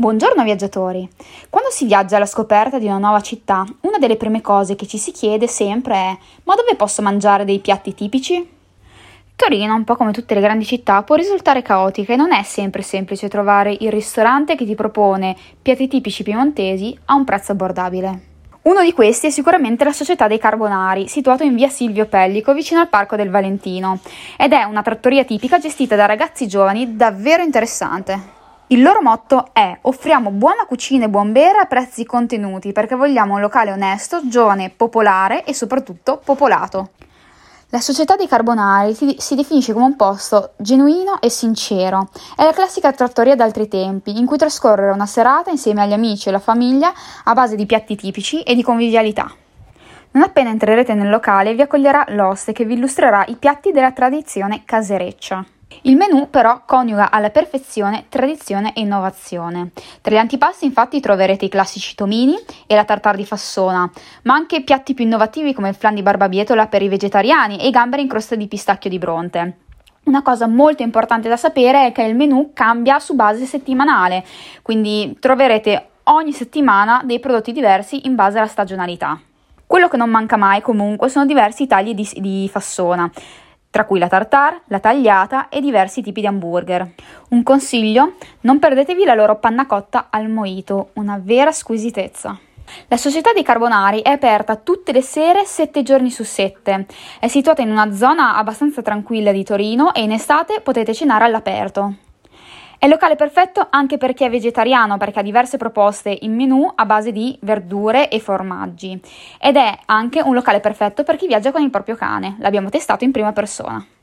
Buongiorno viaggiatori! Quando si viaggia alla scoperta di una nuova città, una delle prime cose che ci si chiede sempre è: ma dove posso mangiare dei piatti tipici? Torino, un po' come tutte le grandi città, può risultare caotica e non è sempre semplice trovare il ristorante che ti propone piatti tipici piemontesi a un prezzo abbordabile. Uno di questi è sicuramente la Società dei Carbonari, situato in via Silvio Pellico, vicino al Parco del Valentino, ed è una trattoria tipica gestita da ragazzi giovani davvero interessante. Il loro motto è: offriamo buona cucina e buon bere a prezzi contenuti, perché vogliamo un locale onesto, giovane, popolare e soprattutto popolato. La Società dei Carbonari si definisce come un posto genuino e sincero. È la classica trattoria d'altri tempi, in cui trascorrere una serata insieme agli amici e la famiglia a base di piatti tipici e di convivialità. Non appena entrerete nel locale vi accoglierà l'oste che vi illustrerà i piatti della tradizione casereccia. Il menù però coniuga alla perfezione tradizione e innovazione. Tra gli antipasti infatti troverete i classici tomini e la tartare di fassona, ma anche piatti più innovativi come il flan di barbabietola per i vegetariani e i gamberi in crosta di pistacchio di Bronte. Una cosa molto importante da sapere è che il menù cambia su base settimanale, quindi troverete ogni settimana dei prodotti diversi in base alla stagionalità. Quello che non manca mai comunque sono diversi tagli di fassona, tra cui la tartare, la tagliata e diversi tipi di hamburger. Un consiglio: non perdetevi la loro panna cotta al mojito, una vera squisitezza. La Società dei Carbonari è aperta tutte le sere 7 giorni su 7. È situata in una zona abbastanza tranquilla di Torino e in estate potete cenare all'aperto. È il locale perfetto anche per chi è vegetariano, perché ha diverse proposte in menù a base di verdure e formaggi. Ed è anche un locale perfetto per chi viaggia con il proprio cane. L'abbiamo testato in prima persona.